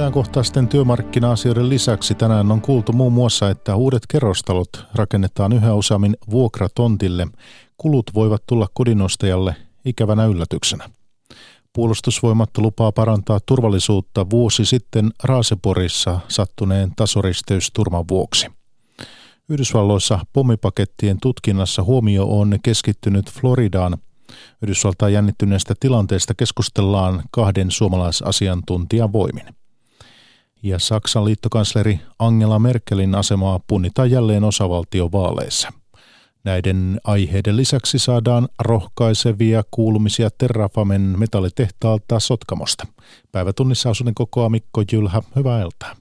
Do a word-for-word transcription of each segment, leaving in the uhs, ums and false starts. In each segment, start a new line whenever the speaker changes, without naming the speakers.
Ajankohtaisten työmarkkina-asioiden lisäksi tänään on kuultu muun muassa, että uudet kerrostalot rakennetaan yhä useammin vuokratontille. Kulut voivat tulla kodinostajalle ikävänä yllätyksenä. Puolustusvoimat lupaa parantaa turvallisuutta vuosi sitten Raaseporissa sattuneen tasoristeysturman vuoksi. Yhdysvalloissa pommipakettien tutkinnassa huomio on keskittynyt Floridaan. Yhdysvaltain jännittyneestä tilanteesta keskustellaan kahden suomalaisasiantuntijan voimin. Ja Saksan liittokansleri Angela Merkelin asemaa punnitaan jälleen osavaltiovaaleissa. Näiden aiheiden lisäksi saadaan rohkaisevia kuulumisia Terrafamen metallitehtaalta Sotkamosta. Päivätunnissa osuuden kokoaa Mikko Jylhä. Hyvää iltaa.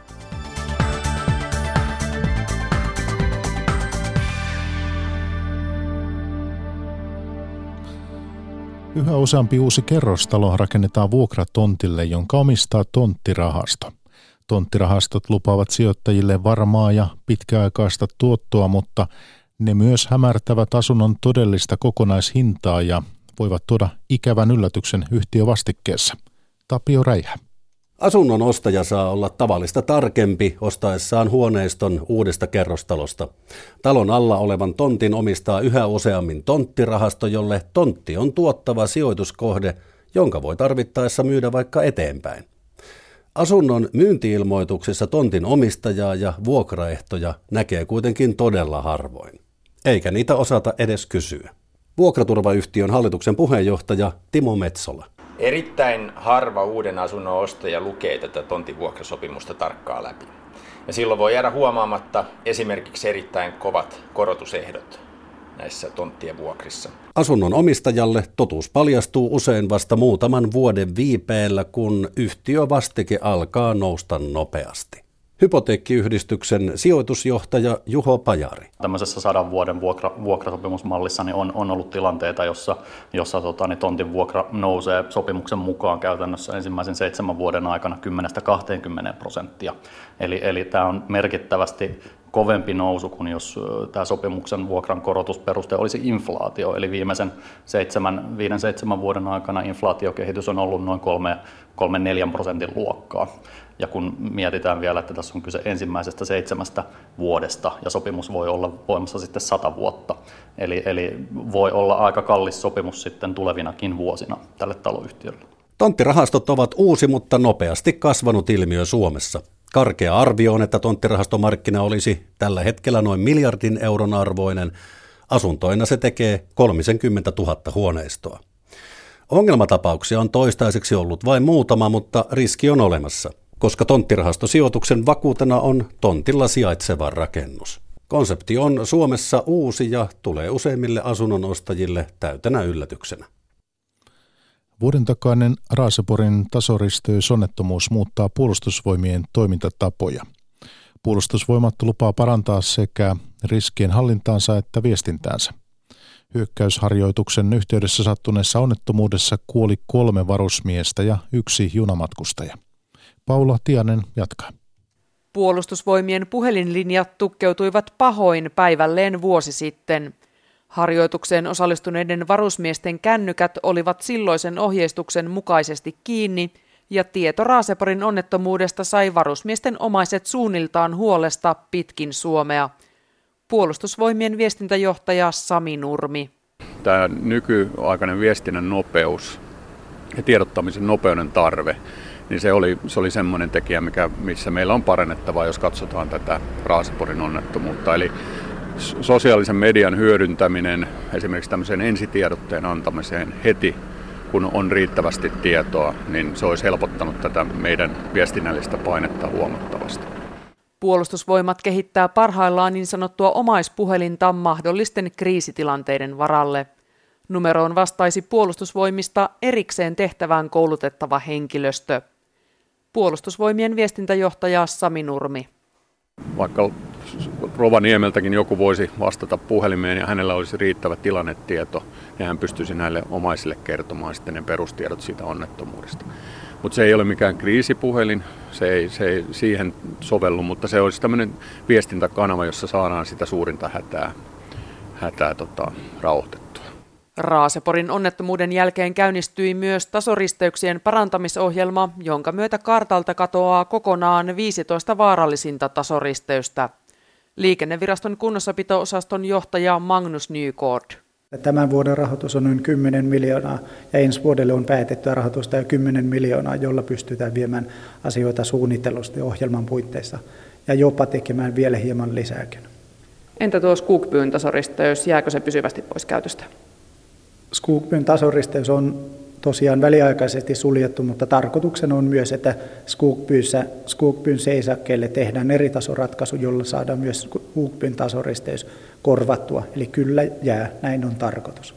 Yhä useampi uusi kerrostalo rakennetaan vuokratontille, jonka omistaa tonttirahasto. Tonttirahastot lupaavat sijoittajille varmaa ja pitkäaikaista tuottoa, mutta ne myös hämärtävät asunnon todellista kokonaishintaa ja voivat tuoda ikävän yllätyksen yhtiövastikkeessa. Tapio Räihä.
Asunnon ostaja saa olla tavallista tarkempi ostaessaan huoneiston uudesta kerrostalosta. Talon alla olevan tontin omistaa yhä useammin tonttirahasto, jolle tontti on tuottava sijoituskohde, jonka voi tarvittaessa myydä vaikka eteenpäin. Asunnon myynti-ilmoituksessa tontin omistajaa ja vuokraehtoja näkee kuitenkin todella harvoin. Eikä niitä osata edes kysyä. Vuokraturvayhtiön hallituksen puheenjohtaja Timo Metsola.
Erittäin harva uuden asunnon ostaja lukee tätä tontin vuokrasopimusta tarkkaan läpi. Ja silloin voi jäädä huomaamatta esimerkiksi erittäin kovat korotusehdot näissä tonttien vuokrissa.
Asunnon omistajalle totuus paljastuu usein vasta muutaman vuoden viipeellä, kun yhtiövastike alkaa nousta nopeasti. Hypoteekkiyhdistyksen sijoitusjohtaja Juho Pajari.
Tämmöisessä sadan vuoden vuokra, vuokrasopimusmallissa niin on, on ollut tilanteita, jossa, jossa tota, niin tontin vuokra nousee sopimuksen mukaan käytännössä ensimmäisen seitsemän vuoden aikana kymmenestä kahteenkymmeneen prosenttia. Eli, eli tämä on merkittävästi kovempi nousu kuin jos tämä sopimuksen vuokran korotusperuste olisi inflaatio. Eli viimeisen seitsemän, viiden seitsemän vuoden aikana inflaatiokehitys on ollut noin kolme neljän prosentin luokkaa. Ja kun mietitään vielä, että tässä on kyse ensimmäisestä seitsemästä vuodesta ja sopimus voi olla voimassa sitten sata vuotta. Eli, eli voi olla aika kallis sopimus sitten tulevinakin vuosina tälle taloyhtiölle.
Tonttirahastot ovat uusi, mutta nopeasti kasvanut ilmiö Suomessa. Karkea arvio on, että tonttirahastomarkkina olisi tällä hetkellä noin miljardin euron arvoinen. Asuntoina se tekee kolmekymmentätuhatta huoneistoa. Ongelmatapauksia on toistaiseksi ollut vain muutama, mutta riski on olemassa, koska tonttirahastosijoituksen vakuutena on tontilla sijaitseva rakennus. Konsepti on Suomessa uusi ja tulee useimmille asunnon ostajille täytänä yllätyksenä.
Vuoden takainen Raaseporin tasoristeysonnettomuus muuttaa puolustusvoimien toimintatapoja. Puolustusvoimat lupaa parantaa sekä riskien hallintaansa että viestintäänsä. Hyökkäysharjoituksen yhteydessä sattuneessa onnettomuudessa kuoli kolme varusmiestä ja yksi junamatkustaja. Paula Tianen jatkaa.
Puolustusvoimien puhelinlinjat tukkeutuivat pahoin päivälleen vuosi sitten. Harjoitukseen osallistuneiden varusmiesten kännykät olivat silloisen ohjeistuksen mukaisesti kiinni ja tieto Raaseporin onnettomuudesta sai varusmiesten omaiset suunniltaan huolesta pitkin Suomea. Puolustusvoimien viestintäjohtaja Sami Nurmi.
Tämä nykyaikainen viestinnän nopeus ja tiedottamisen nopeuden tarve, niin se oli, se oli semmoinen tekijä, mikä, missä meillä on parannettavaa, jos katsotaan tätä Raaseporin onnettomuutta. Eli sosiaalisen median hyödyntäminen esimerkiksi tämmöisen ensitiedotteen antamiseen heti, kun on riittävästi tietoa, niin se olisi helpottanut tätä meidän viestinnällistä painetta huomattavasti.
Puolustusvoimat kehittää parhaillaan niin sanottua omaispuhelinta mahdollisten kriisitilanteiden varalle. Numeroon vastaisi Puolustusvoimista erikseen tehtävään koulutettava henkilöstö. Puolustusvoimien viestintäjohtaja Sami Nurmi.
Vaikka Rovaniemeltäkin joku voisi vastata puhelimeen ja hänellä olisi riittävä tilannetieto, ja hän pystyisi näille omaisille kertomaan sitten ne perustiedot siitä onnettomuudesta. Mutta se ei ole mikään kriisipuhelin, se ei, se ei siihen sovellu, mutta se olisi tämmöinen viestintäkanava, jossa saadaan sitä suurinta hätää, hätää tota, rauhoitettua.
Raaseporin onnettomuuden jälkeen käynnistyi myös tasoristeyksien parantamisohjelma, jonka myötä kartalta katoaa kokonaan viisitoista vaarallisinta tasoristeystä. Liikenneviraston kunnossapito-osaston johtaja Magnus Nykord.
Tämän vuoden rahoitus on noin kymmenen miljoonaa ja ensi vuodelle on päätettyä rahoitusta jo kymmenen miljoonaa, jolla pystytään viemään asioita suunnittelusta ja ohjelman puitteissa ja jopa tekemään vielä hieman lisääkin.
Entä tuo Skogsbyn tasoristeys, jääkö se pysyvästi pois käytöstä?
Skogsbyn tasoristeys on tosiaan väliaikaisesti suljettu, mutta tarkoituksena on myös, että Skogsbyn seisakkeelle tehdään eri tasoratkaisu, jolla saadaan myös Skogsbyn tasoristeys korvattua. Eli kyllä jää, näin on tarkoitus.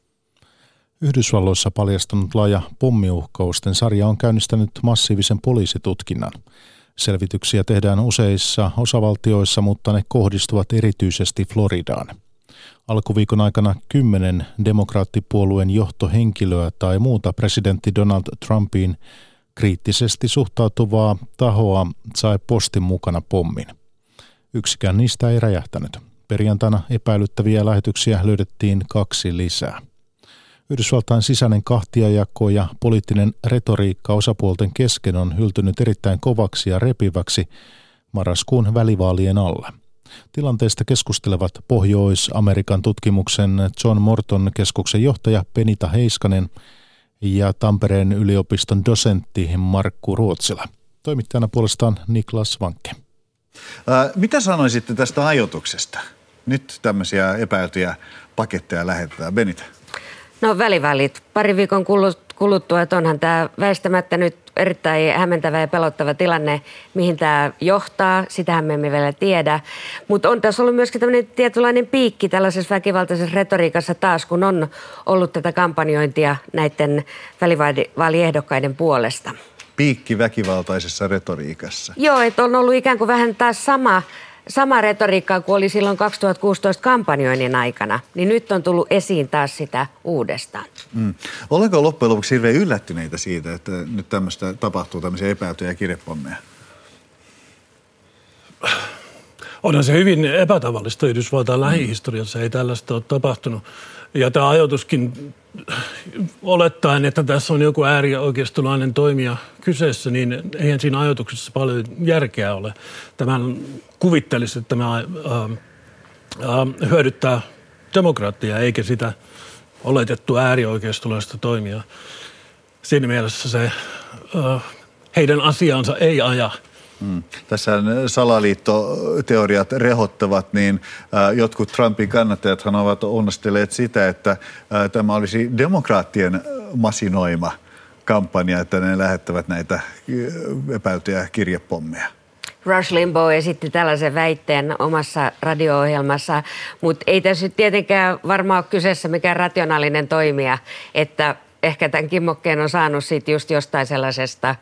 Yhdysvalloissa paljastunut laaja pommiuhkausten sarja on käynnistänyt massiivisen poliisitutkinnan. Selvityksiä tehdään useissa osavaltioissa, mutta ne kohdistuvat erityisesti Floridaan. Alkuviikon aikana kymmenen demokraattipuolueen johtohenkilöä tai muuta presidentti Donald Trumpiin kriittisesti suhtautuvaa tahoa sai postin mukana pommin. Yksikään niistä ei räjähtänyt. Perjantaina epäilyttäviä lähetyksiä löydettiin kaksi lisää. Yhdysvaltain sisäinen kahtiajako ja poliittinen retoriikka osapuolten kesken on hyltynyt erittäin kovaksi ja repiväksi marraskuun välivaalien alla. Tilanteesta keskustelevat Pohjois-Amerikan tutkimuksen John Morton keskuksen johtaja Penita Heiskanen ja Tampereen yliopiston dosentti Markku Ruotsila. Toimittajana puolestaan Niklas Vankke.
Ää, mitä sanoisitte tästä ajoituksesta? Nyt tämmöisiä epäiltyjä paketteja lähetetään. Benita.
No välivälit. Pari viikon kuluttua, että onhan tämä väistämättä nyt erittäin hämmentävä ja pelottava tilanne, mihin tämä johtaa. Sitähän me emme vielä tiedä. Mutta on tässä ollut myöskin tämmöinen tietynlainen piikki tällaisessa väkivaltaisessa retoriikassa taas, kun on ollut tätä kampanjointia näiden välivaaliehdokkaiden puolesta.
Piikki väkivaltaisessa retoriikassa.
Joo, että on ollut ikään kuin vähän taas sama... Sama retoriikkaa kuin oli silloin kaksituhattakuusitoista kampanjoinnin aikana, niin nyt on tullut esiin taas sitä uudestaan.
Mm. Olenko loppujen lopuksi hirveän yllättyneitä siitä, että nyt tämmöistä tapahtuu, tämmöisiä epäiltyjä kirjepommeja?
Onhan se hyvin epätavallista Yhdysvaltain mm. lähihistoriassa, ei tällaista ole tapahtunut. Ja tämä ajatuskin, olettaen, että tässä on joku äärioikeistolainen toimija kyseessä, niin eihän siinä ajatuksessa paljon järkeä ole. Tämän kuvittelisi, että tämä ää, ää, hyödyttää demokraattia, eikä sitä oletettua äärioikeistolaista toimijaa. Siinä mielessä se ää, heidän asiansa ei aja.
Mm. Tässä salaliittoteoriat rehottavat, niin äh, jotkut Trumpin kannattajathan ovat onnistelleet sitä, että äh, tämä olisi demokraattien masinoima kampanja, että ne lähettävät näitä epäiltyjä kirjepommeja.
Rush Limbaugh esitti tällaisen väitteen omassa radio-ohjelmassa, mutta ei tässä nyt tietenkään varmaan ole kyseessä mikään rationaalinen toimija, että ehkä tämän kimmokkeen on saanut siitä just jostain sellaisesta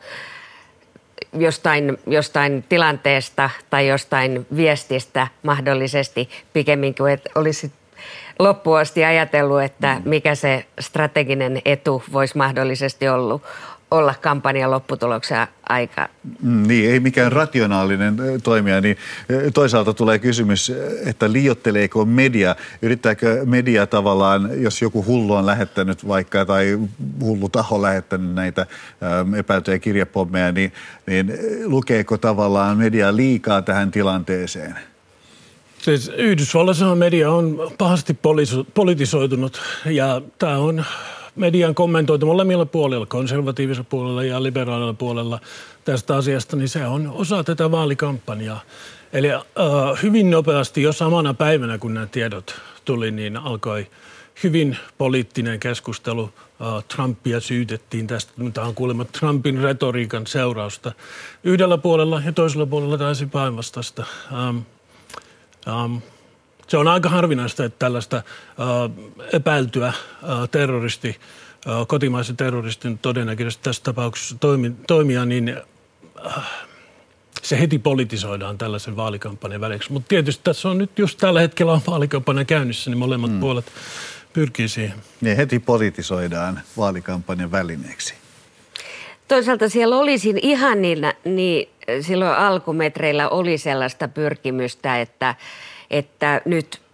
Jostain, jostain tilanteesta tai jostain viestistä mahdollisesti pikemminkin kuin, että olisi loppuun asti ajatellut, että mikä se strateginen etu voisi mahdollisesti ollut, olla kampanjan lopputuloksen aika.
Mm, niin, ei mikään rationaalinen toimija. Niin toisaalta tulee kysymys, että liioitteleeko media, yrittääkö media tavallaan, jos joku hullu on lähettänyt vaikka tai hullu taho lähettänyt näitä epäiltyjä kirjepommeja, niin, niin lukeeko tavallaan media liikaa tähän tilanteeseen?
Siis Yhdysvalloissa media on pahasti politisoitunut ja tämä on median kommentoitu molemmilla puolilla, konservatiivisella puolella ja liberaalilla puolella tästä asiasta, niin se on osa tätä vaalikampanjaa. Eli äh, hyvin nopeasti jo samana päivänä, kun nämä tiedot tuli, niin alkoi hyvin poliittinen keskustelu. Äh, Trumpia syytettiin tästä, mitä on kuulemma Trumpin retoriikan seurausta. Yhdellä puolella ja toisella puolella täysin päinvastaista. Ähm, ähm, Se on aika harvinaista, että tällaista äh, epäiltyä äh, terroristi, äh, kotimaisen terroristin todennäköisesti tässä tapauksessa toimi, toimia, niin äh, se heti politisoidaan tällaisen vaalikampanjan väliksi. Mutta tietysti tässä on nyt just tällä hetkellä on vaalikampanja käynnissä, niin molemmat mm. puolet pyrkii siihen.
Niin heti politisoidaan vaalikampanjan välineeksi.
Toisaalta siellä olisi ihan niin, niin silloin alkumetreillä oli sellaista pyrkimystä, että että nyt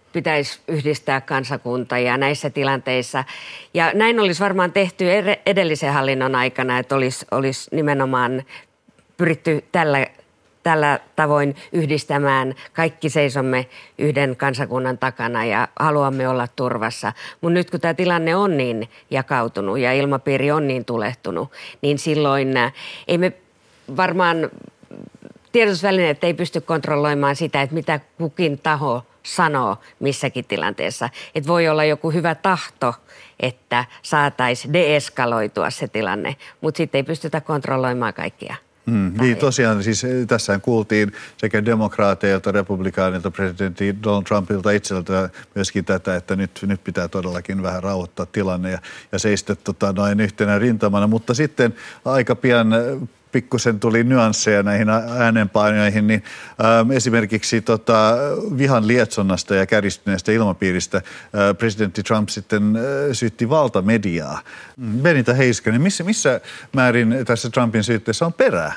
pitäisi yhdistää kansakunta ja näissä tilanteissa. Ja näin olisi varmaan tehty edellisen hallinnon aikana, että olisi, olisi nimenomaan pyritty tällä, tällä tavoin yhdistämään. Kaikki seisomme yhden kansakunnan takana ja haluamme olla turvassa. Mutta nyt kun tämä tilanne on niin jakautunut ja ilmapiiri on niin tulehtunut, niin silloin ei me varmaan tiedotusvälineet ei pysty kontrolloimaan sitä, että mitä kukin taho sanoo missäkin tilanteessa. Että voi olla joku hyvä tahto, että saataisiin deeskaloitua se tilanne, mutta sitten ei pystytä kontrolloimaan kaikkia.
Mm, niin tosiaan, siis tässä kuultiin sekä demokraateilta, republikaanilta, presidentti Donald Trumpilta itseltä myöskin tätä, että nyt, nyt pitää todellakin vähän rauhoittaa tilanne ja, ja seistä tota, noin yhtenä rintamana, mutta sitten aika pian pikkusen tuli nyansseja näihin äänenpainoihin, niin ä, esimerkiksi tota, vihan lietsonnasta ja kärjistyneestä ilmapiiristä ä, presidentti Trump sitten ä, syytti valtamediaa. Benita Heiskanen, missä, missä määrin tässä Trumpin syytteessä on perää?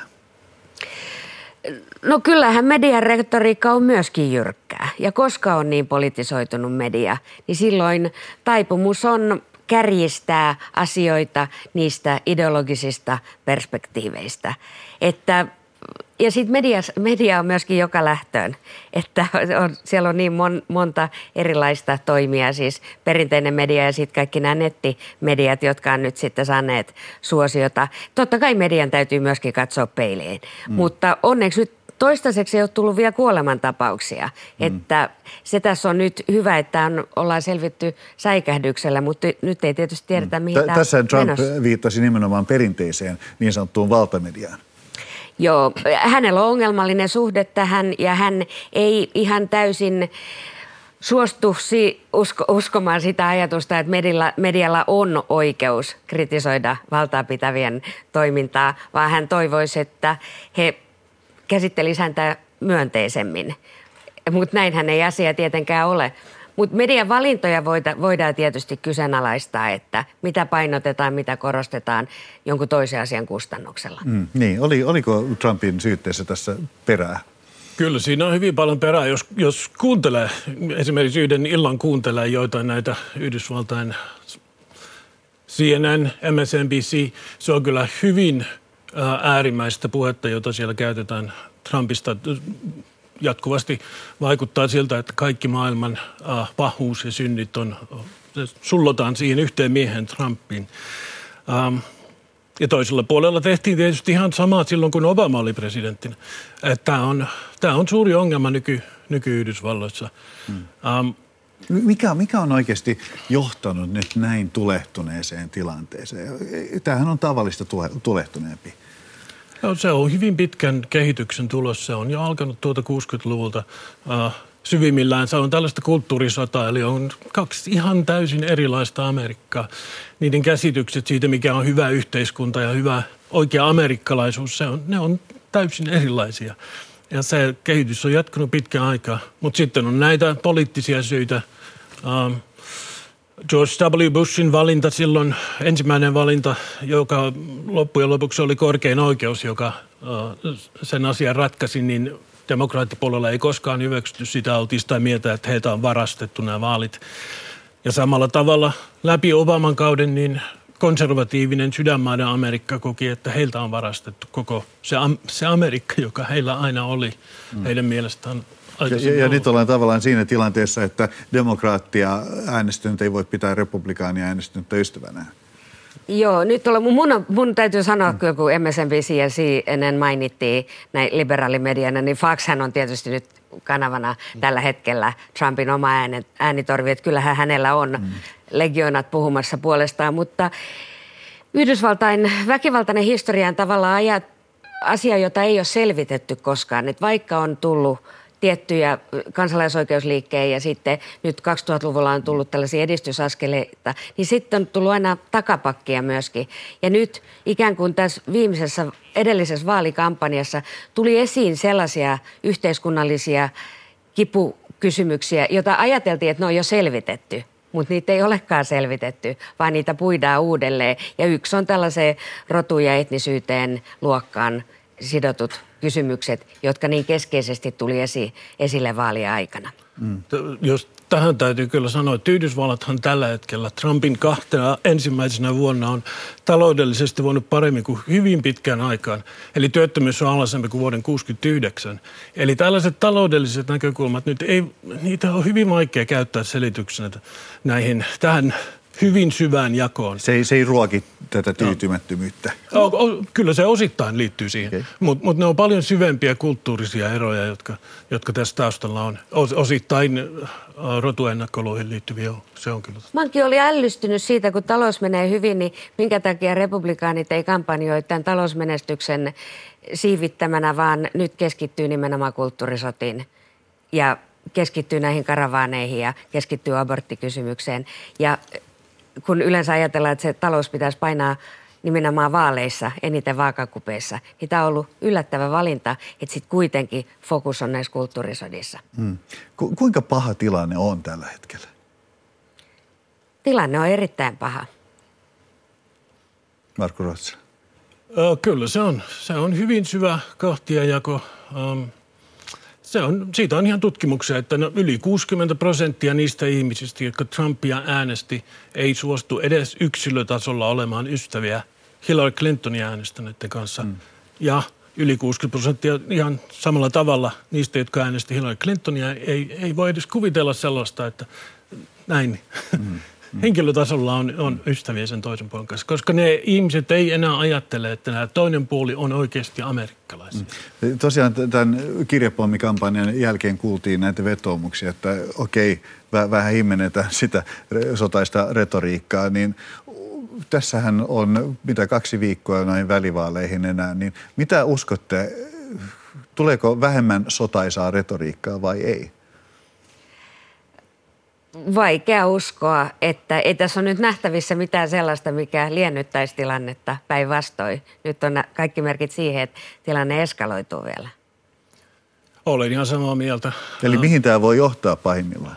No kyllähän median retoriikka on myöskin jyrkkää. Ja koska on niin politisoitunut media, niin silloin taipumus on kärjistää asioita niistä ideologisista perspektiiveistä. Että, ja sitten media, media on myöskin joka lähtöön, että on, siellä on niin mon, monta erilaista toimia, siis perinteinen media ja sitten kaikki nämä nettimediat, jotka on nyt sitten saaneet suosiota. Totta kai median täytyy myöskin katsoa peiliin, mm. mutta onneksi nyt toistaiseksi ei ole tullut vielä kuolemantapauksia, mm. että se tässä on nyt hyvä, että on, ollaan selvitty säikähdyksellä, mutta nyt ei tietysti tiedetä, mihin mm. tämä
Tässä Trump
menossa.
Viittasi nimenomaan perinteiseen niin sanottuun valtamediaan.
Joo, hänellä on ongelmallinen suhde tähän ja hän ei ihan täysin suostu si- usko- uskomaan sitä ajatusta, että medialla, medialla on oikeus kritisoida valtaapitävien toimintaa, vaan hän toivoisi, että he käsittelisi häntä myönteisemmin. Mutta näinhän ei asia tietenkään ole. Mutta median valintoja voida, voidaan tietysti kyseenalaistaa, että mitä painotetaan, mitä korostetaan jonkun toisen asian kustannuksella.
Mm, niin, Oli, oliko Trumpin syytteessä tässä perää?
Kyllä, siinä on hyvin paljon perää. Jos, jos kuuntelee, esimerkiksi yhden illan kuuntelee joitain näitä Yhdysvaltain C N N, M S N B C, se on kyllä hyvin äärimmäistä puhetta, jota siellä käytetään Trumpista. Jatkuvasti vaikuttaa siltä, että kaikki maailman pahuus ja synnit on, sullotaan siihen yhteen miehen Trumpiin. Ja toisella puolella tehtiin tietysti ihan samaa silloin, kun Obama oli presidenttinä. Tämä on, tämä on suuri ongelma nyky, nyky-Yhdysvalloissa. Hmm. Um,
Mikä, mikä on oikeasti johtanut nyt näin tulehtuneeseen tilanteeseen? Tämähän on tavallista tule, tulehtuneempi.
No, se on hyvin pitkän kehityksen tulos. Se on jo alkanut tuolta kuusikymmentäluvulta uh, syvimmillään. Se on tällaista kulttuurisotaa, eli on kaksi ihan täysin erilaista Amerikkaa. Niiden käsitykset siitä, mikä on hyvä yhteiskunta ja hyvä oikea amerikkalaisuus, se on, ne on täysin erilaisia. Ja se kehitys on jatkunut pitkän aikaa. Mutta sitten on näitä poliittisia syitä. Um, George W. Bushin valinta silloin, ensimmäinen valinta, joka loppujen lopuksi oli korkein oikeus, joka uh, sen asian ratkaisi, niin demokraattipuolella ei koskaan hyväksytty sitä, oltiin sitä mieltä, että heitä on varastettu nämä vaalit. Ja samalla tavalla läpi Obaman kauden, niin konservatiivinen sydänmaiden Amerikka koki, että heiltä on varastettu koko se, se Amerikka, joka heillä aina oli mm. heidän mielestään.
Ja, ja nyt ollaan tavallaan siinä tilanteessa, että demokraattia äänestynyt ei voi pitää republikaania äänestynyttä ystävänään.
Joo, nyt ollaan, mun, mun täytyy sanoa, mm. kun M S N B C ja C N N mainittiin näin liberaalimediana, niin Foxhän on tietysti nyt kanavana mm. tällä hetkellä Trumpin oma äänet, äänitorvi, että kyllähän hänellä on mm. legioonat puhumassa puolestaan, mutta Yhdysvaltain väkivaltainen historia on tavallaan ajat, asia, jota ei ole selvitetty koskaan, että vaikka on tullut tiettyjä kansalaisoikeusliikkeen ja sitten nyt kaksituhattaluvulla on tullut tällaisia edistysaskeleita, niin sitten on tullut aina takapakkia myöskin. Ja nyt ikään kuin tässä viimeisessä edellisessä vaalikampanjassa tuli esiin sellaisia yhteiskunnallisia kipukysymyksiä, joita ajateltiin, että ne on jo selvitetty. Mutta niitä ei olekaan selvitetty, vaan niitä puidaan uudelleen. Ja yksi on tällaiseen rotu- ja etnisyyteen luokkaan sidotut kysymykset, jotka niin keskeisesti tuli esi- esille vaalien aikana.
Mm. Jos tähän täytyy kyllä sanoa, että Yhdysvallathan tällä hetkellä Trumpin kahtena ensimmäisenä vuonna on taloudellisesti voinut paremmin kuin hyvin pitkään aikaan. Eli työttömyys on alhaisempi kuin vuoden kuusikymmentäyhdeksän. Eli tällaiset taloudelliset näkökulmat, nyt ei, niitä on hyvin vaikea käyttää selityksenä näihin, tähän hyvin syvään jakoon.
Se ei, se ei ruoki tätä tyytymättömyyttä.
O, o, kyllä se osittain liittyy siihen, okay. mutta mut ne on paljon syvempiä kulttuurisia eroja, jotka, jotka tässä taustalla on. Os, osittain rotuennakkoluihin liittyviä, se on kyllä.
Mankin oli ällystynyt siitä, kun talous menee hyvin, niin minkä takia republikaanit ei kampanjoi tämän talousmenestyksen siivittämänä, vaan nyt keskittyy nimenomaan kulttuurisotiin ja keskittyy näihin karavaaneihin ja keskittyy aborttikysymykseen. Ja kun yleensä ajatellaan, että se talous pitäisi painaa nimenomaan vaaleissa, eniten vaakakupeissa, niin tämä on ollut yllättävä valinta, että sitten kuitenkin fokus on näissä kulttuurisodissa.
Hmm. Ku- kuinka paha tilanne on tällä hetkellä?
Tilanne on erittäin paha.
Markku Ruotsila.
Kyllä se on. Se on hyvin syvä kahtiajako. Se on, siitä on ihan tutkimuksia, että no, yli kuusikymmentä prosenttia niistä ihmisistä, jotka Trumpia äänesti, ei suostu edes yksilötasolla olemaan ystäviä Hillary Clintonia äänestäneiden kanssa. Mm. Ja yli kuusikymmentä prosenttia ihan samalla tavalla niistä, jotka äänesti Hillary Clintonia, ei, ei voi edes kuvitella sellaista, että näin mm. henkilötasolla on, on ystäviä sen toisen puolen kanssa, koska ne ihmiset ei enää ajattele, että tämä toinen puoli on oikeasti amerikkalaisia.
Mm. Tosiaan tämän kirjepommikampanjan jälkeen kuultiin näitä vetoomuksia, että okei, vähän himmenetään sitä sotaista retoriikkaa, niin tässähän on mitä kaksi viikkoa noihin välivaaleihin enää, niin mitä uskotte, tuleeko vähemmän sotaisaa retoriikkaa vai ei?
Vaikea uskoa, että ei tässä ole nyt nähtävissä mitään sellaista, mikä liennyttäisi tilannetta päinvastoin. Nyt on kaikki merkit siihen, että tilanne eskaloituu vielä.
Olen ihan samaa mieltä.
Eli mihin tämä voi johtaa pahimmillaan?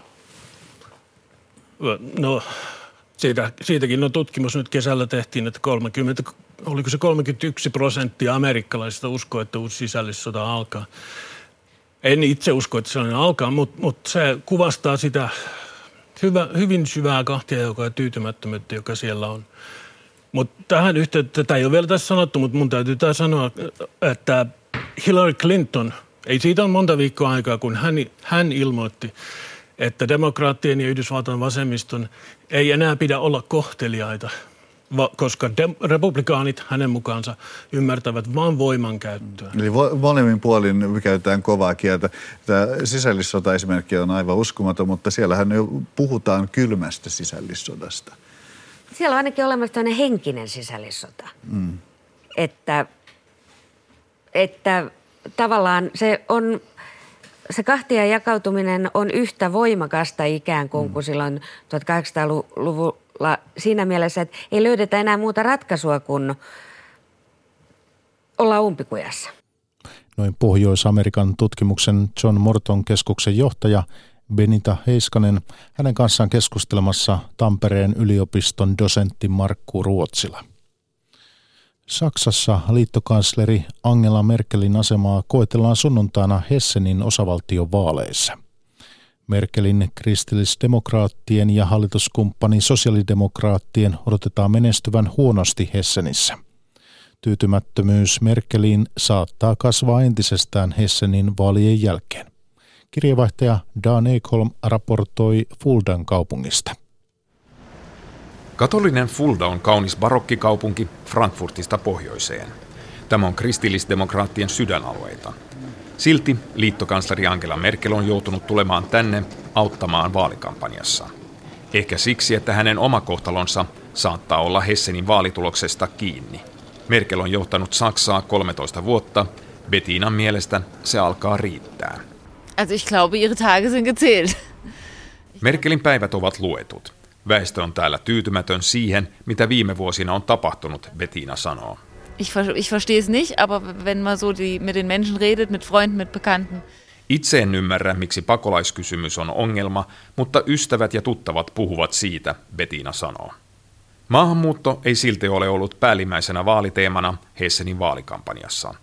No, siitä, siitäkin on tutkimus nyt kesällä tehtiin, että kolmekymmentä, oliko se kolmekymmentäyksi prosenttia amerikkalaisista uskoo, että uusi sisällissota alkaa. En itse usko, että sellainen alkaa, mutta, mutta se kuvastaa sitä hyvä, hyvin syvää kahtiajakoa ja tyytymättömyyttä, joka siellä on. Mutta tähän yhteyteen, tätä ei ole vielä tässä sanottu, mutta mun täytyy tämä sanoa, että Hillary Clinton, ei siitä ole monta viikkoa aikaa, kun hän, hän ilmoitti, että demokraattien ja Yhdysvaltain vasemmiston ei enää pidä olla kohteliaita, koska de- republikaanit hänen mukaansa ymmärtävät vain voimankäyttöä.
Eli molemmin puolin käytetään kovaa kieltä. Tämä sisällissota-esimerkki on aivan uskomaton, mutta siellähän jo puhutaan kylmästä sisällissodasta.
Siellä on ainakin olemassa tämmöinen henkinen sisällissota. Mm. Että, että tavallaan se on... Se kahtia jakautuminen on yhtä voimakasta ikään kuin, mm. kuin silloin tuhatkahdeksansataaluvulla siinä mielessä, että ei löydetä enää muuta ratkaisua kuin olla umpikujassa.
Noin Pohjois-Amerikan tutkimuksen John Morton keskuksen johtaja Benita Heiskanen, hänen kanssaan keskustelemassa Tampereen yliopiston dosentti Markku Ruotsila. Saksassa liittokansleri Angela Merkelin asemaa koetellaan sunnuntaina Hessenin osavaltiovaaleissa. Merkelin kristillisdemokraattien ja hallituskumppanin sosiaalidemokraattien odotetaan menestyvän huonosti Hessenissä. Tyytymättömyys Merkeliin saattaa kasvaa entisestään Hessenin vaalien jälkeen. Kirjeenvaihtaja Dan Ekholm raportoi Fuldan kaupungista.
Katolinen Fulda on kaunis barokkikaupunki Frankfurtista pohjoiseen. Tämä on kristillisdemokraattien sydänalueita. Silti liittokansleri Angela Merkel on joutunut tulemaan tänne auttamaan vaalikampanjassa. Ehkä siksi, että hänen oma kohtalonsa saattaa olla Hessenin vaalituloksesta kiinni. Merkel on johtanut Saksaa kolmetoista vuotta. Bettinan mielestä se alkaa riittää.
Also ich glaube, ihre Tage sind gezählt.
Merkelin päivät ovat luetut. Väestö on täällä tyytymätön siihen, mitä viime vuosina on tapahtunut, Bettina sanoo.
Ich, ich verstehe es nicht, aber wenn man so die, mit den Menschen redet, mit Freunden, mit Bekannten.
Itse en ymmärrä, miksi pakolaiskysymys on ongelma, mutta ystävät ja tuttavat puhuvat siitä, Bettina sanoo. Maahanmuutto ei silti ole ollut päällimmäisenä vaaliteemana Hessenin vaalikampanjassa.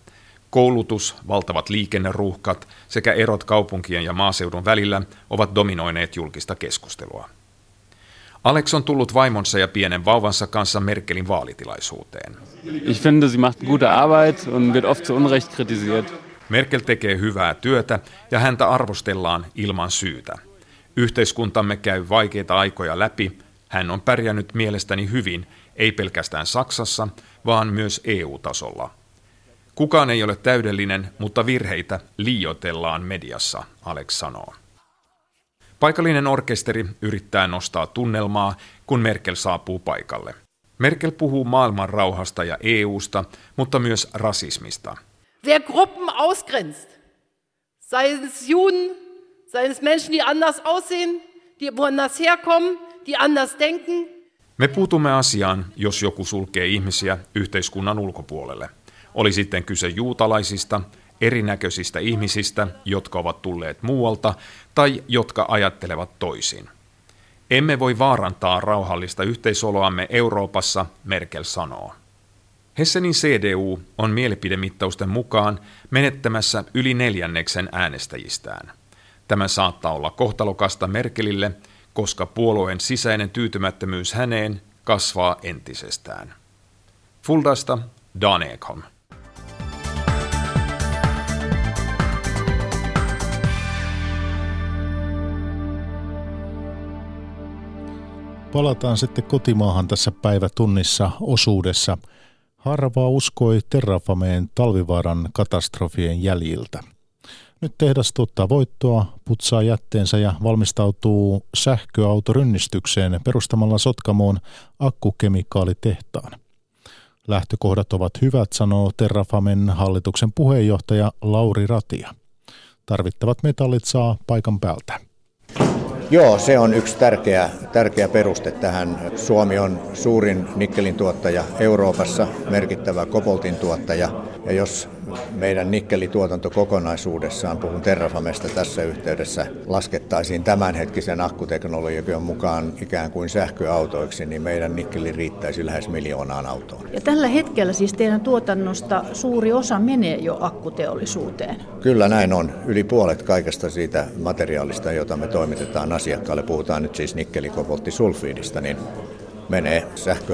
Koulutus, valtavat liikenneruuhkat sekä erot kaupunkien ja maaseudun välillä ovat dominoineet julkista keskustelua. Alex on tullut vaimonsa ja pienen vauvansa kanssa Merkelin vaalitilaisuuteen.
Ich finde, sie macht gute Arbeit und wird oft zu Unrecht kritisiert.
Merkel tekee hyvää työtä ja häntä arvostellaan ilman syytä. Yhteiskuntamme käy vaikeita aikoja läpi. Hän on pärjännyt mielestäni hyvin, ei pelkästään Saksassa, vaan myös E U-tasolla. Kukaan ei ole täydellinen, mutta virheitä liioitellaan mediassa, Alex sanoo. Paikallinen orkesteri yrittää nostaa tunnelmaa, kun Merkel saapuu paikalle. Merkel puhuu maailman rauhasta ja E U:sta, mutta myös rasismista.
Wer Gruppen ausgrenzt, seien es Juden, seien es Menschen, die anders aussehen, die woanders herkommen, die anders denken.
Me puutumme asiaan, jos joku sulkee ihmisiä yhteiskunnan ulkopuolelle. Oli sitten kyse juutalaisista, erinäköisistä ihmisistä, jotka ovat tulleet muualta tai jotka ajattelevat toisin. Emme voi vaarantaa rauhallista yhteisoloamme Euroopassa, Merkel sanoo. Hessenin C D U on mielipidemittausten mukaan menettämässä yli neljänneksen äänestäjistään. Tämä saattaa olla kohtalokasta Merkelille, koska puolueen sisäinen tyytymättömyys häneen kasvaa entisestään. Fuldasta, Dan Ekholm.
Palataan sitten kotimaahan tässä päivätunnissa osuudessa. Harvaa uskoi Terrafameen Talvivaaran katastrofien jäljiltä. Nyt tehdas tuottaa voittoa, putsaa jätteensä ja valmistautuu sähköautorynnistykseen perustamalla Sotkamoon akkukemikaalitehtaan. Lähtökohdat ovat hyvät, sanoo Terrafamen hallituksen puheenjohtaja Lauri Ratia. Tarvittavat metallit saa paikan päältä.
Joo, se on yksi tärkeä, tärkeä peruste tähän. Suomi on suurin nikkelin tuottaja Euroopassa, merkittävä koboltin tuottaja. Ja jos meidän nikkelituotanto kokonaisuudessaan, puhun Terrafamesta tässä yhteydessä, laskettaisiin tämänhetkisen akkuteknologian mukaan ikään kuin sähköautoiksi, niin meidän nikkeli riittäisi lähes miljoonaan autoon.
Ja tällä hetkellä siis teidän tuotannosta suuri osa menee jo akkuteollisuuteen?
Kyllä näin on. Yli puolet kaikesta siitä materiaalista, jota me toimitetaan asiakkaalle, puhutaan nyt siis nikkelikobolttisulfiidista, niin menee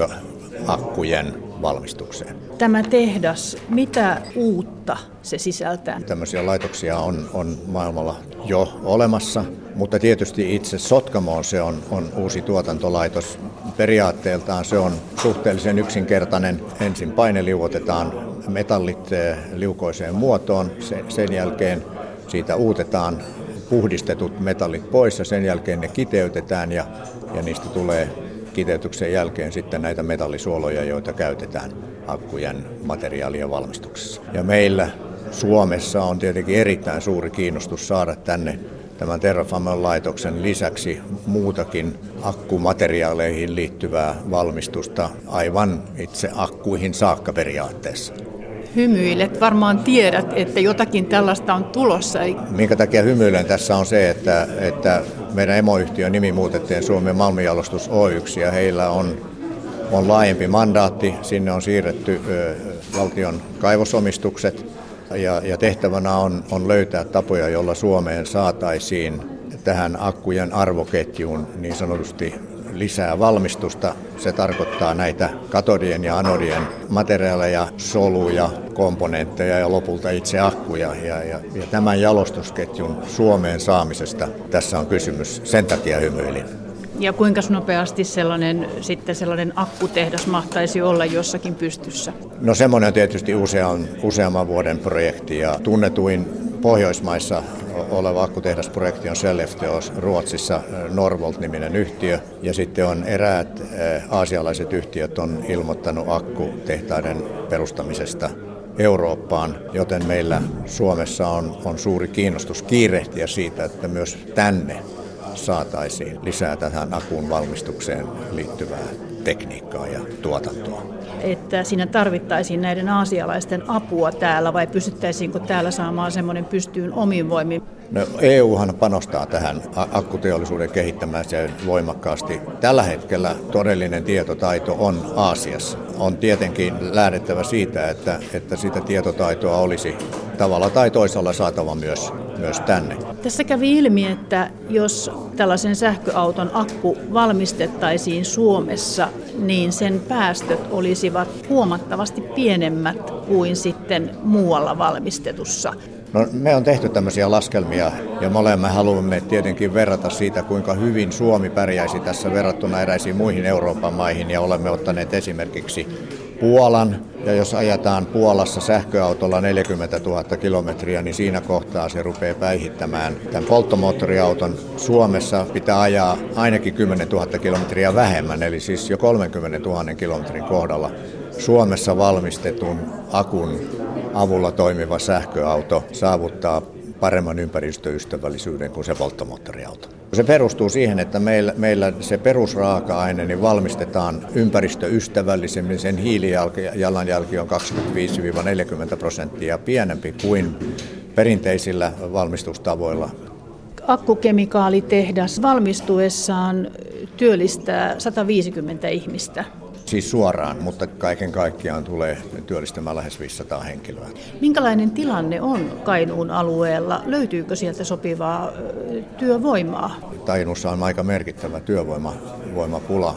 sähköakkujen valmistukseen.
Tämä tehdas, mitä uutta se sisältää?
Tämmöisiä laitoksia on, on maailmalla jo olemassa, mutta tietysti itse Sotkamoon se on, on uusi tuotantolaitos. Periaatteeltaan se on suhteellisen yksinkertainen. Ensin paine liuotetaan metallit liukoiseen muotoon, sen jälkeen siitä uutetaan puhdistetut metallit pois ja sen jälkeen ne kiteytetään ja, ja niistä tulee kiteytyksen jälkeen sitten näitä metallisuoloja, joita käytetään akkujen materiaalien valmistuksessa. Ja meillä Suomessa on tietenkin erittäin suuri kiinnostus saada tänne tämän Terrafamen laitoksen lisäksi muutakin akkumateriaaleihin liittyvää valmistusta aivan itse akkuihin saakka periaatteessa.
Hymyilet, varmaan tiedät, että jotakin tällaista on tulossa.
Minkä takia hymyilen tässä on se, että, että meidän emoyhtiön nimi muutettiin Suomen Malmijalostus Oy:ksi ja heillä on, on laajempi mandaatti. Sinne on siirretty ö, valtion kaivosomistukset ja, ja tehtävänä on, on löytää tapoja, jolla Suomeen saataisiin tähän akkujen arvoketjuun niin sanotusti lisää valmistusta. Se tarkoittaa näitä katodien ja anodien materiaaleja, soluja, komponentteja ja lopulta itse akkuja. Ja, ja, ja tämän jalostusketjun Suomeen saamisesta tässä on kysymys. Sen takia hymyilin.
Ja kuinka nopeasti sellainen, sitten sellainen akkutehdas mahtaisi olla jossakin pystyssä?
No semmoinen on tietysti usean, useamman vuoden projekti ja tunnetuin Pohjoismaissa oleva akkutehdasprojekti on Skellefteås Ruotsissa Norvolt-niminen yhtiö. Ja sitten on eräät aasialaiset yhtiöt on ilmoittanut akkutehtaiden perustamisesta Eurooppaan, joten meillä Suomessa on, on suuri kiinnostus kiirehtiä siitä, että myös tänne saataisiin lisää tähän akun valmistukseen liittyvää tekniikkaa ja tuotantoa.
että siinä tarvittaisiin näiden aasialaisten apua täällä vai pystyttäisiinkö täällä saamaan semmoinen pystyyn omin voimin?
No, E Uhan panostaa tähän akkuteollisuuden kehittämiseen voimakkaasti. Tällä hetkellä todellinen tietotaito on Aasiassa. On tietenkin lähdettävä siitä, että, että sitä tietotaitoa olisi tavalla tai toisella saatava myös, myös tänne.
Tässä kävi ilmi, että jos tällaisen sähköauton akku valmistettaisiin Suomessa, niin sen päästöt olisivat huomattavasti pienemmät kuin sitten muualla valmistetussa.
No, me on tehty tämmöisiä laskelmia ja molemmat haluamme tietenkin verrata siitä, kuinka hyvin Suomi pärjäisi tässä verrattuna eräisiin muihin Euroopan maihin ja olemme ottaneet esimerkiksi Puolan. Ja jos ajetaan Puolassa sähköautolla neljäkymmentätuhatta kilometriä, niin siinä kohtaa se rupeaa päihittämään tämän polttomoottoriauton. Suomessa pitää ajaa ainakin kymmenentuhatta kilometriä vähemmän, eli siis jo kolmekymmentätuhatta kilometrin kohdalla Suomessa valmistetun akun avulla toimiva sähköauto saavuttaa paremman ympäristöystävällisyyden kuin se polttomoottoriauto. Se perustuu siihen, että meillä, meillä se perusraaka-aine niin valmistetaan ympäristöystävällisemmin. Sen hiilijalanjälki on kaksikymmentäviisi neljäkymmentä prosenttia pienempi kuin perinteisillä valmistustavoilla.
Akkukemikaalitehdas valmistuessaan työllistää sata viisikymmentä ihmistä.
Siis suoraan, mutta kaiken kaikkiaan tulee työllistämään lähes viisisataa henkilöä.
Minkälainen tilanne on Kainuun alueella? Löytyykö sieltä sopivaa työvoimaa?
Kainuussa on aika merkittävä työvoimapula.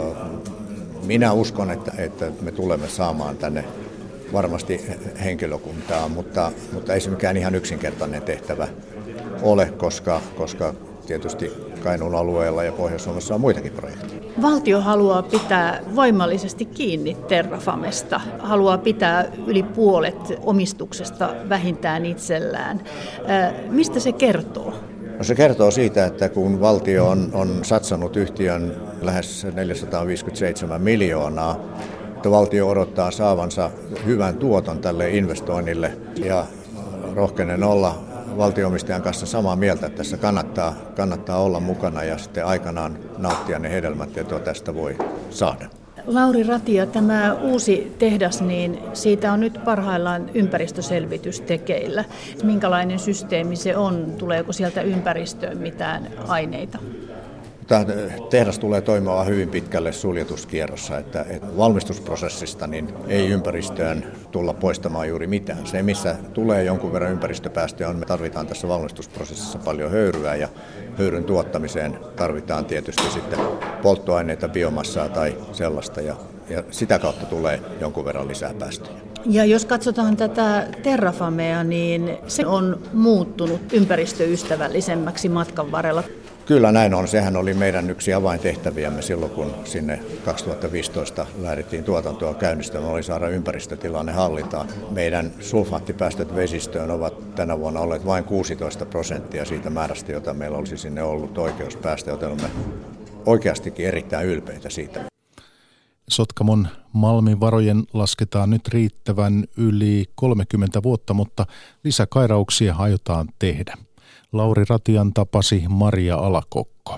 Minä uskon, että, että me tulemme saamaan tänne varmasti henkilökuntaa, mutta, mutta ei se mikään ihan yksinkertainen tehtävä ole, koska, koska tietysti Kainuun alueella ja Pohjois-Suomessa on muitakin projekteja.
Valtio haluaa pitää voimallisesti kiinni Terrafamesta, haluaa pitää yli puolet omistuksesta vähintään itsellään. Mistä se kertoo?
No se kertoo siitä, että kun valtio on, on satsannut yhtiön lähes neljäsataaviisikymmentäseitsemän miljoonaa, että valtio odottaa saavansa hyvän tuoton tälle investoinnille ja rohkenen olla valtio-omistajan kanssa samaa mieltä, että tässä kannattaa, kannattaa olla mukana ja sitten aikanaan nauttia ne hedelmät, joita tästä voi saada.
Lauri Ratia, tämä uusi tehdas, niin siitä on nyt parhaillaan ympäristöselvitys tekeillä. Minkälainen systeemi se on? Tuleeko sieltä ympäristöön mitään aineita?
Tämä tehdas tulee toimimaan hyvin pitkälle suljetuskierrossa, että, että valmistusprosessista niin ei ympäristöön tulla poistamaan juuri mitään. Se, missä tulee jonkun verran ympäristöpäästöjä, on, me tarvitaan tässä valmistusprosessissa paljon höyryä ja höyryn tuottamiseen tarvitaan tietysti sitten polttoaineita, biomassaa tai sellaista ja, ja sitä kautta tulee jonkun verran lisää päästöjä.
Ja jos katsotaan tätä Terrafamea, niin se on muuttunut ympäristöystävällisemmäksi matkan varrella.
Kyllä näin on. Sehän oli meidän yksi avaintehtäviämme silloin, kun sinne kaksituhattaviisitoista lähdettiin tuotantoa käynnistämään, oli saada ympäristötilanne hallintaan. Meidän sulfaattipäästöt vesistöön ovat tänä vuonna olleet vain kuusitoista prosenttia siitä määrästä, jota meillä olisi sinne ollut oikeus päästä, joten olemme oikeastikin erittäin ylpeitä siitä.
Sotkamon malmivarojen lasketaan nyt riittävän yli kolmekymmentä vuotta, mutta lisäkairauksia aiotaan tehdä. Lauri Ratian tapasi Maria Alakokko.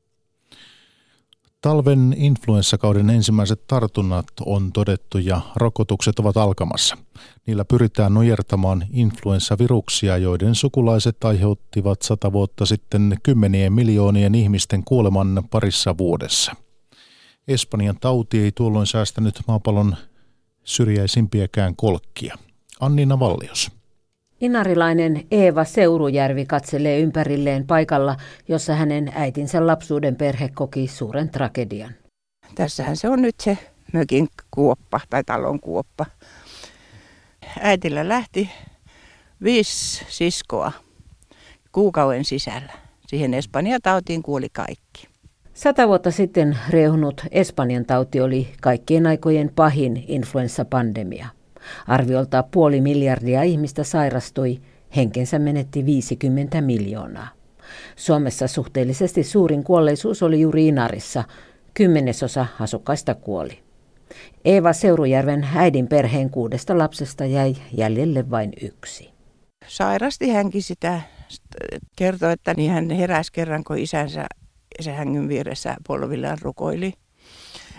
Talven influenssakauden ensimmäiset tartunnat on todettu ja rokotukset ovat alkamassa. Niillä pyritään nujertamaan influenssaviruksia, joiden sukulaiset aiheuttivat sata vuotta sitten kymmenien miljoonien ihmisten kuoleman parissa vuodessa. Espanjan tauti ei tuolloin säästänyt maapallon syrjäisimpiäkään kolkkia. Annina Vallios.
Inarilainen Eeva Seurujärvi katselee ympärilleen paikalla, jossa hänen äitinsä lapsuuden perhe koki suuren tragedian.
Tässähän se on nyt se mökin kuoppa tai talon kuoppa. Äitillä lähti viisi siskoa kuukauden sisällä. Siihen Espanjan tautiin kuoli kaikki.
Sata vuotta sitten riehunut Espanjan tauti oli kaikkien aikojen pahin influenssapandemia. Arviolta puoli miljardia ihmistä sairastui, henkensä menetti viisikymmentä miljoonaa. Suomessa suhteellisesti suurin kuolleisuus oli juuri Inarissa, kymmenesosa asukkaista kuoli. Eeva Seurujärven äidin perheen kuudesta lapsesta jäi jäljelle vain yksi.
Sairasti hänkin sitä, kertoi, että niin hän heräsi kerran, kun isänsä se hängyn vieressä polvillaan rukoili.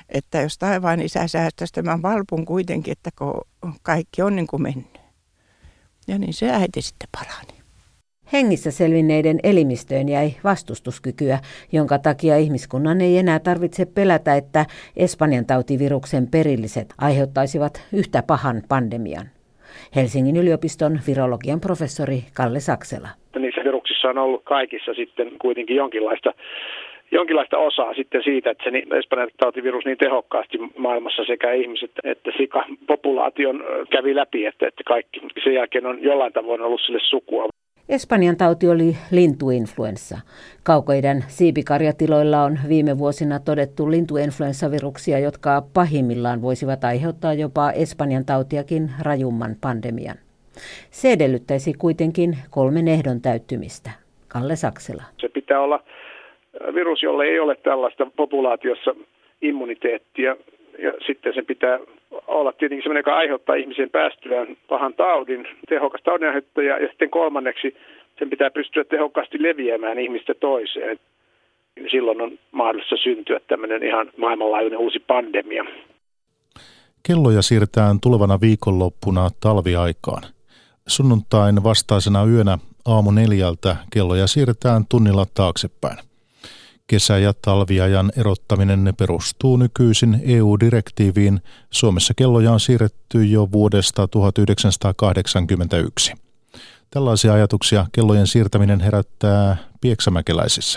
että jos taivaan isä säästäisi tämän valpun kuitenkin, että kun kaikki on niin kuin mennyt. Ja niin se äiti sitten parani.
Hengissä selvinneiden elimistöön jäi vastustuskykyä, jonka takia ihmiskunnan ei enää tarvitse pelätä, että Espanjan tautiviruksen perilliset aiheuttaisivat yhtä pahan pandemian. Helsingin yliopiston virologian professori Kalle Saksela.
Niissä viruksissa on ollut kaikissa sitten kuitenkin jonkinlaista, jonkinlaista osaa sitten siitä, että se Espanjan tautivirus niin tehokkaasti maailmassa sekä ihmiset että sikapopulaation kävi läpi, että, että kaikki sen jälkeen on jollain tavoin ollut sille sukua.
Espanjan tauti oli lintuinfluenssa. Kaukoidän siipikarjatiloilla on viime vuosina todettu lintuinfluenssaviruksia, jotka pahimmillaan voisivat aiheuttaa jopa Espanjan tautiakin rajumman pandemian. Se edellyttäisi kuitenkin kolmen ehdon täyttymistä. Kalle Saksela.
Se pitää olla virus, jolle ei ole tällaista populaatiossa immuniteettia. Ja sitten sen pitää olla tietenkin sellainen, joka aiheuttaa ihmisen päästyään pahan taudin, tehokas taudinaiheuttaja. Ja sitten kolmanneksi sen pitää pystyä tehokkaasti leviämään ihmistä toiseen. Silloin on mahdollista syntyä tämmöinen ihan maailmanlaajuinen uusi pandemia.
Kelloja siirretään tulevana viikonloppuna talviaikaan. Sunnuntain vastaisena yönä aamu neljältä kelloja siirretään tunnilla taaksepäin. Kesä- ja talviajan erottaminen perustuu nykyisin E U-direktiiviin. Suomessa kelloja on siirretty jo vuodesta tuhatyhdeksänsataakahdeksankymmentäyksi. Tällaisia ajatuksia kellojen siirtäminen herättää pieksämäkeläisissä.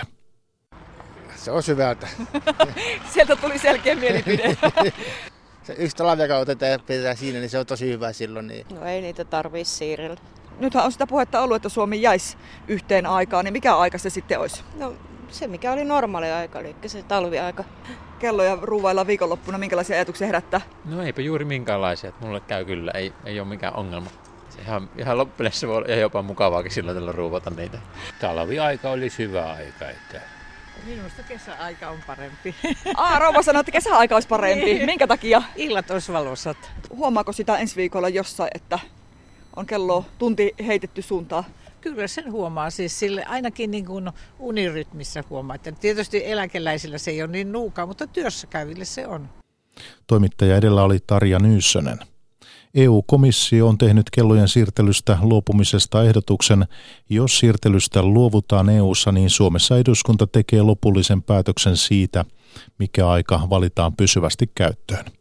Se on syvältä.
Sieltä tuli selkeä mielipide.
Se yksi talviaika otetaan ja pidetään siinä, niin se on tosi hyvä silloin. Niin.
No ei niitä tarvitse siirrellä. Nythän on sitä puhetta ollut, että Suomi jäisi yhteen aikaan, niin mikä aika se sitten olisi?
No se mikä oli normaali aika, eli se talviaika.
Kelloja ruuvaillaan viikonloppuna, minkälaisia ajatuksia herättää?
No eipä juuri minkäänlaisia, että mulle käy kyllä, ei, ei ole mikään ongelma. Se ihan, ihan loppujen se voi olla jopa mukavaakin silloin tällä ruuvata niitä.
Talviaika oli hyvä aika, että...
Minusta kesäaika on parempi.
Aa, rouva sanoi, että kesäaika olisi parempi. Minkä takia?
Illat olisi valoisat.
Huomaako sitä ensi viikolla jossain, että on kello tunti heitetty suuntaan?
Kyllä sen huomaa, siis sille ainakin niin kuin unirytmissä huomaa. Että tietysti eläkeläisillä se ei ole niin nuukaa, mutta työssä käyville se on.
Toimittaja edellä oli Tarja Nyyssönen. E U-komissio on tehnyt kellojen siirtelystä luopumisesta ehdotuksen. Jos siirtelystä luovutaan E U:ssa, niin Suomessa eduskunta tekee lopullisen päätöksen siitä, mikä aika valitaan pysyvästi käyttöön.